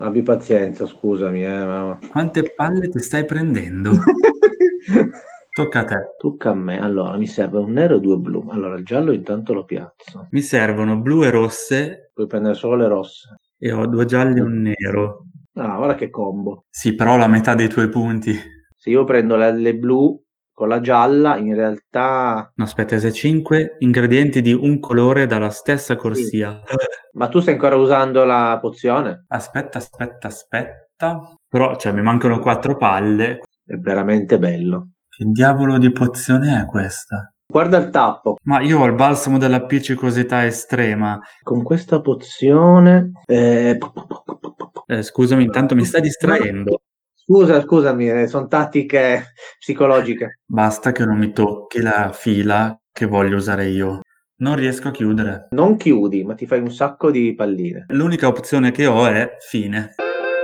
Abbi pazienza, scusami, ma... Quante palle ti stai prendendo? Tocca a te. Tocca a me. Allora, mi serve un nero e due blu. Allora, il giallo intanto lo piazzo. Mi servono blu e rosse Puoi prendere solo le rosse. e ho 2 gialli e un nero. Ah, guarda che combo. Sì, però ho la metà dei tuoi punti. Se io prendo le blu con la gialla, in realtà... No, aspetta, se 5 ingredienti di un colore dalla stessa Sì. corsia. Ma tu stai ancora usando la pozione? Aspetta. Però, cioè, mi mancano 4 palle. È veramente bello. Che diavolo di pozione è questa? Guarda il tappo. Ma io ho il balsamo dell'appiccicosità estrema. Con questa pozione... Scusami, intanto mi stai No, distraendo. scusami, sono tattiche psicologiche. Basta che non mi tocchi la fila che voglio usare io. Non riesco a chiudere. Non chiudi, ma ti fai un sacco di palline. L'unica opzione che ho è fine.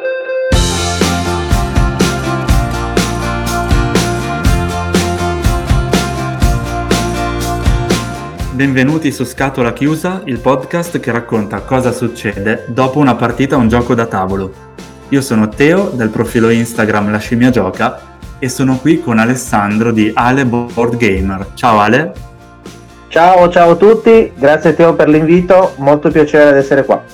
Benvenuti su Scatola Chiusa, il podcast che racconta cosa succede dopo una partita a un gioco da tavolo. Io sono Teo del profilo Instagram La Scimmia Gioca e sono qui con Alessandro di Ale Board Gamer. Ciao Ale. Ciao a tutti, grazie Teo per l'invito, molto piacere di essere qua.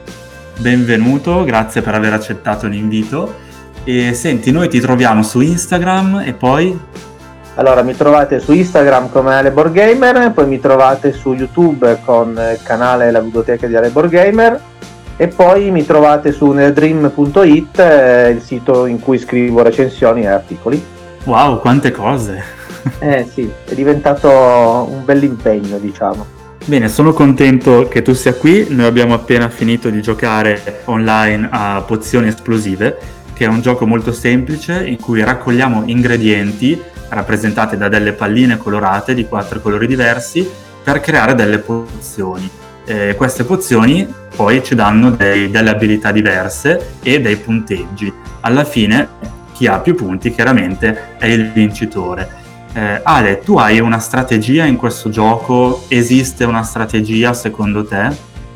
Benvenuto, grazie per aver accettato l'invito. E senti, noi ti troviamo su Instagram e poi... Allora, mi trovate su Instagram come Ale Board Gamer, poi mi trovate su YouTube con il canale La Biblioteca di Ale Board Gamer e poi mi trovate su nerdream.it, il sito in cui scrivo recensioni e articoli. Wow, quante cose! Sì, è diventato un bell'impegno, diciamo. Bene, sono contento che tu sia qui. Noi abbiamo appena finito di giocare online a Pozioni Esplosive, che è un gioco molto semplice in cui raccogliamo ingredienti rappresentate da delle palline colorate di 4 colori diversi per creare delle pozioni. Queste pozioni poi ci danno delle abilità diverse e dei punteggi. Alla fine chi ha più punti chiaramente è il vincitore. Ale, tu hai una strategia in questo gioco? Esiste una strategia secondo te?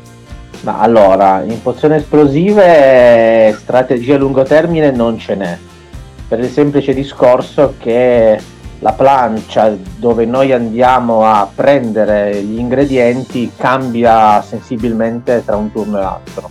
Ma allora, in pozioni esplosive strategia a lungo termine non ce n'è, per il semplice discorso che la plancia dove noi andiamo a prendere gli ingredienti cambia sensibilmente tra un turno e l'altro.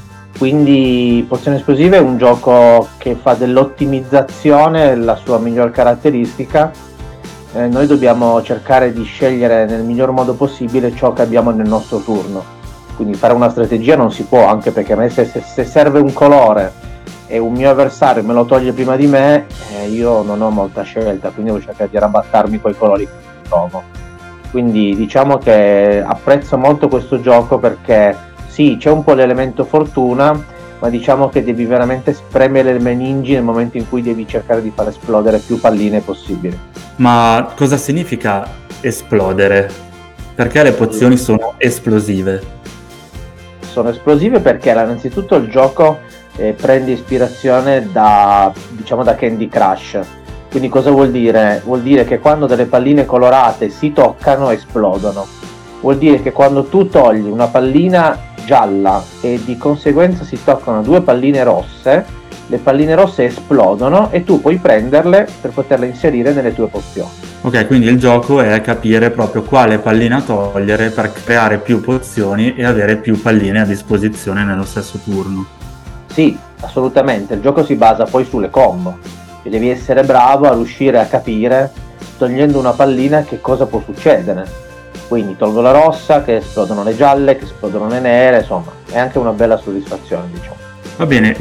Quindi pozioni esplosive è un gioco che fa dell'ottimizzazione la sua miglior caratteristica. Noi dobbiamo cercare di scegliere nel miglior modo possibile ciò che abbiamo nel nostro turno. Quindi fare una strategia non si può, anche perché a me se serve un colore e un mio avversario me lo toglie prima di me, io non ho molta scelta, quindi devo cercare di arrabattarmi quei colori che trovo. Quindi diciamo che apprezzo molto questo gioco perché sì, c'è un po' l'elemento fortuna, ma diciamo che devi veramente spremere le meningi nel momento in cui devi cercare di far esplodere più palline possibili. Ma cosa significa esplodere? Perché le pozioni sono esplosive? Sono esplosive perché innanzitutto il gioco prende ispirazione da Candy Crush. Quindi cosa vuol dire? Vuol dire che quando delle palline colorate si toccano esplodono. Vuol dire che quando tu togli una pallina gialla e di conseguenza si toccano due palline rosse, le palline rosse esplodono e tu puoi prenderle per poterle inserire nelle tue pozioni. Ok, quindi il gioco è capire proprio quale pallina togliere per creare più pozioni e avere più palline a disposizione nello stesso turno. Sì, assolutamente, il gioco si basa poi sulle combo e devi essere bravo a riuscire a capire, togliendo una pallina, che cosa può succedere. Quindi tolgo la rossa, che esplodono le gialle, che esplodono le nere, insomma, è anche una bella soddisfazione, diciamo. Va bene,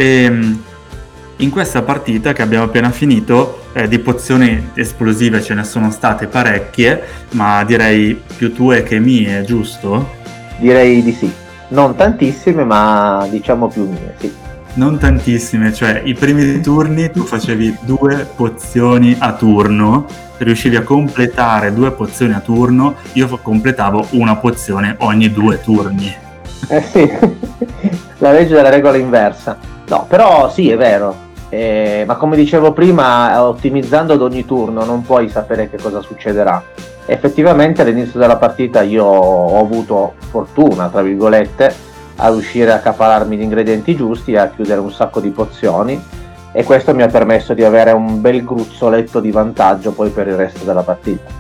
in questa partita che abbiamo appena finito di pozioni esplosive ce ne sono state parecchie, ma direi più tue che mie, giusto? Direi di sì, non tantissime, ma diciamo più mie, sì. Non tantissime, cioè i primi turni tu facevi 2 pozioni a turno, riuscivi a completare 2 pozioni a turno, io completavo una pozione ogni 2 turni. Sì, la legge della regola inversa. No, però sì, è vero. Ma come dicevo prima, ottimizzando ad ogni turno non puoi sapere che cosa succederà. Effettivamente all'inizio della partita io ho avuto fortuna, tra virgolette, a riuscire a accapararmi gli ingredienti giusti e a chiudere un sacco di pozioni, e questo mi ha permesso di avere un bel gruzzoletto di vantaggio poi per il resto della partita.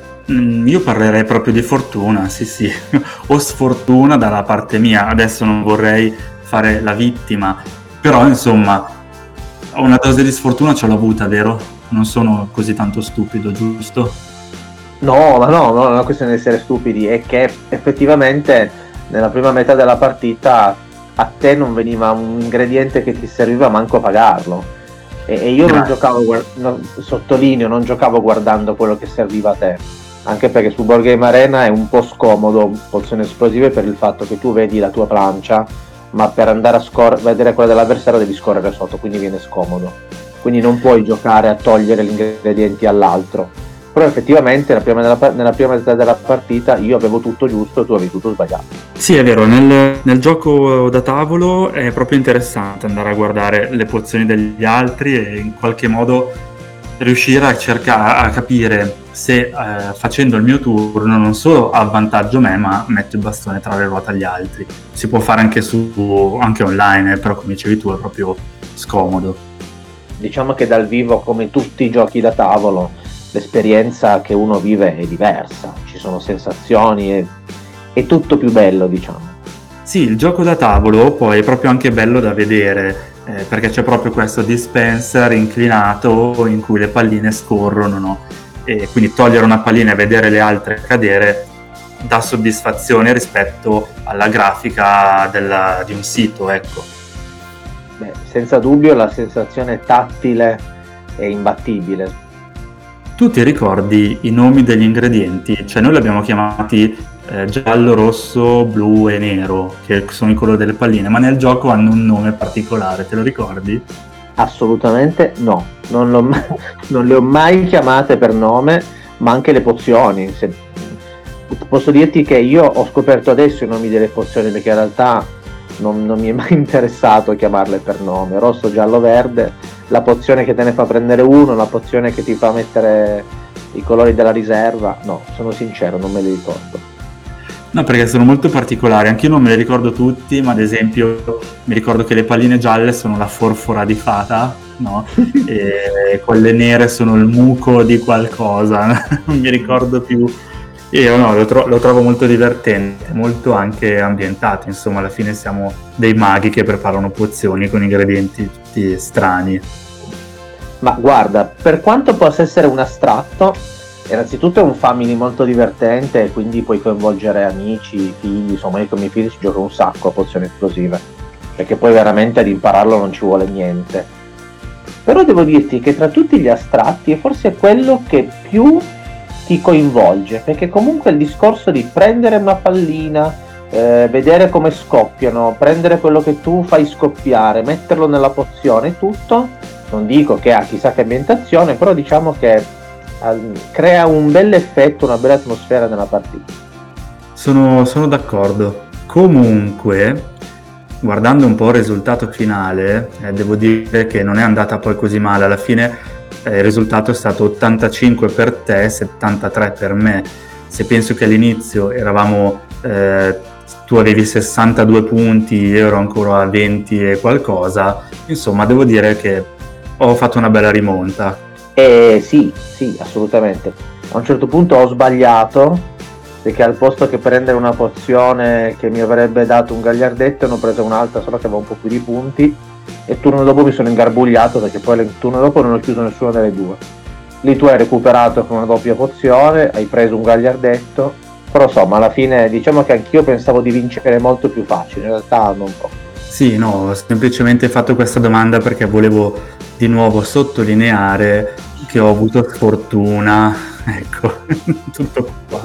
Io parlerei proprio di fortuna, sì, o sfortuna dalla parte mia. Adesso non vorrei fare la vittima, però insomma una dose di sfortuna ce l'ho avuta, vero? Non sono così tanto stupido, giusto? No, ma no, non è una questione di essere stupidi, è che effettivamente nella prima metà della partita a te non veniva un ingrediente che ti serviva manco a pagarlo, e io non giocavo, sottolineo, non giocavo guardando quello che serviva a te, anche perché su Board Game Arena è un po' scomodo pozioni esplosive per il fatto che tu vedi la tua plancia, ma per andare a vedere quella dell'avversario devi scorrere sotto, quindi viene scomodo, quindi non puoi giocare a togliere gli ingredienti all'altro. Però effettivamente nella prima metà della partita io avevo tutto giusto, tu avevi tutto sbagliato. Sì, è vero, nel gioco da tavolo è proprio interessante andare a guardare le pozioni degli altri e in qualche modo riuscire a cercare a capire se facendo il mio turno non solo avvantaggio me, ma metto il bastone tra le ruote agli altri. Si può fare anche online, però come dicevi tu è proprio scomodo. Diciamo che dal vivo, come tutti i giochi da tavolo, l'esperienza che uno vive è diversa, ci sono sensazioni, è tutto più bello, diciamo. Sì, il gioco da tavolo poi è proprio anche bello da vedere, perché c'è proprio questo dispenser inclinato in cui le palline scorrono, no? E quindi togliere una pallina e vedere le altre cadere dà soddisfazione rispetto alla grafica di un sito, ecco. Beh, senza dubbio la sensazione tattile è imbattibile. Tu ti ricordi i nomi degli ingredienti? Cioè noi li abbiamo chiamati giallo, rosso, blu e nero, che sono i colori delle palline, ma nel gioco hanno un nome particolare, te lo ricordi? Assolutamente no, non le ho mai chiamate per nome, ma anche le pozioni. Posso dirti che io ho scoperto adesso i nomi delle pozioni, perché in realtà non mi è mai interessato chiamarle per nome. Rosso, giallo, verde, la pozione che te ne fa prendere uno, la pozione che ti fa mettere i colori della riserva, no, sono sincero, non me li ricordo. No, perché sono molto particolari, anche io non me li ricordo tutti, ma ad esempio mi ricordo che le palline gialle sono la forfora di fata, no? E quelle nere sono il muco di qualcosa, non mi ricordo più. Io no, lo trovo molto divertente, molto anche ambientato, insomma alla fine siamo dei maghi che preparano pozioni con ingredienti tutti strani. Ma guarda, per quanto possa essere un astratto, innanzitutto è un family molto divertente e quindi puoi coinvolgere amici, figli, insomma io con i miei figli ci gioco un sacco a pozioni esplosive, perché poi veramente ad impararlo non ci vuole niente. Però devo dirti che tra tutti gli astratti è forse quello che più ti coinvolge, perché comunque il discorso di prendere una pallina, vedere come scoppiano, prendere quello che tu fai scoppiare, metterlo nella pozione, tutto, non dico che ha chissà che ambientazione, però diciamo che crea un bel effetto, una bella atmosfera nella partita. Sono d'accordo. Comunque, guardando un po' il risultato finale, devo dire che non è andata poi così male. Alla fine il risultato è stato 85 per te, 73 per me. Se penso che all'inizio eravamo, tu avevi 62 punti, io ero ancora a 20 e qualcosa, insomma devo dire che ho fatto una bella rimonta. Sì, assolutamente. A un certo punto ho sbagliato, perché al posto che prendere una pozione che mi avrebbe dato un gagliardetto ne ho preso un'altra solo che aveva un po' più di punti, e il turno dopo mi sono ingarbugliato perché poi il turno dopo non ho chiuso nessuna delle due. Lì tu hai recuperato con una doppia pozione, hai preso un gagliardetto, però insomma alla fine diciamo che anch'io pensavo di vincere molto più facile, in realtà non proprio. Sì, no, ho semplicemente fatto questa domanda perché volevo di nuovo sottolineare che ho avuto sfortuna, ecco, tutto qua.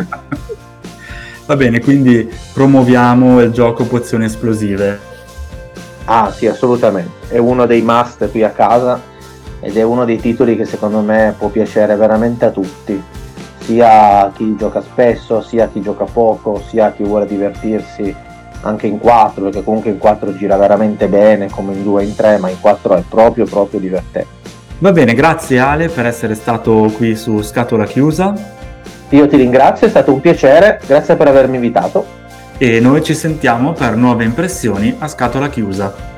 Va bene, quindi promuoviamo il gioco pozioni esplosive. Ah sì, assolutamente, è uno dei must qui a casa ed è uno dei titoli che secondo me può piacere veramente a tutti, sia a chi gioca spesso, sia a chi gioca poco, sia a chi vuole divertirsi anche in 4, perché comunque in 4 gira veramente bene, come in 2 e in 3, ma in 4 è proprio divertente. Va bene, grazie Ale per essere stato qui su Scatola Chiusa. Io ti ringrazio, è stato un piacere, grazie per avermi invitato. e noi ci sentiamo per nuove impressioni a scatola chiusa.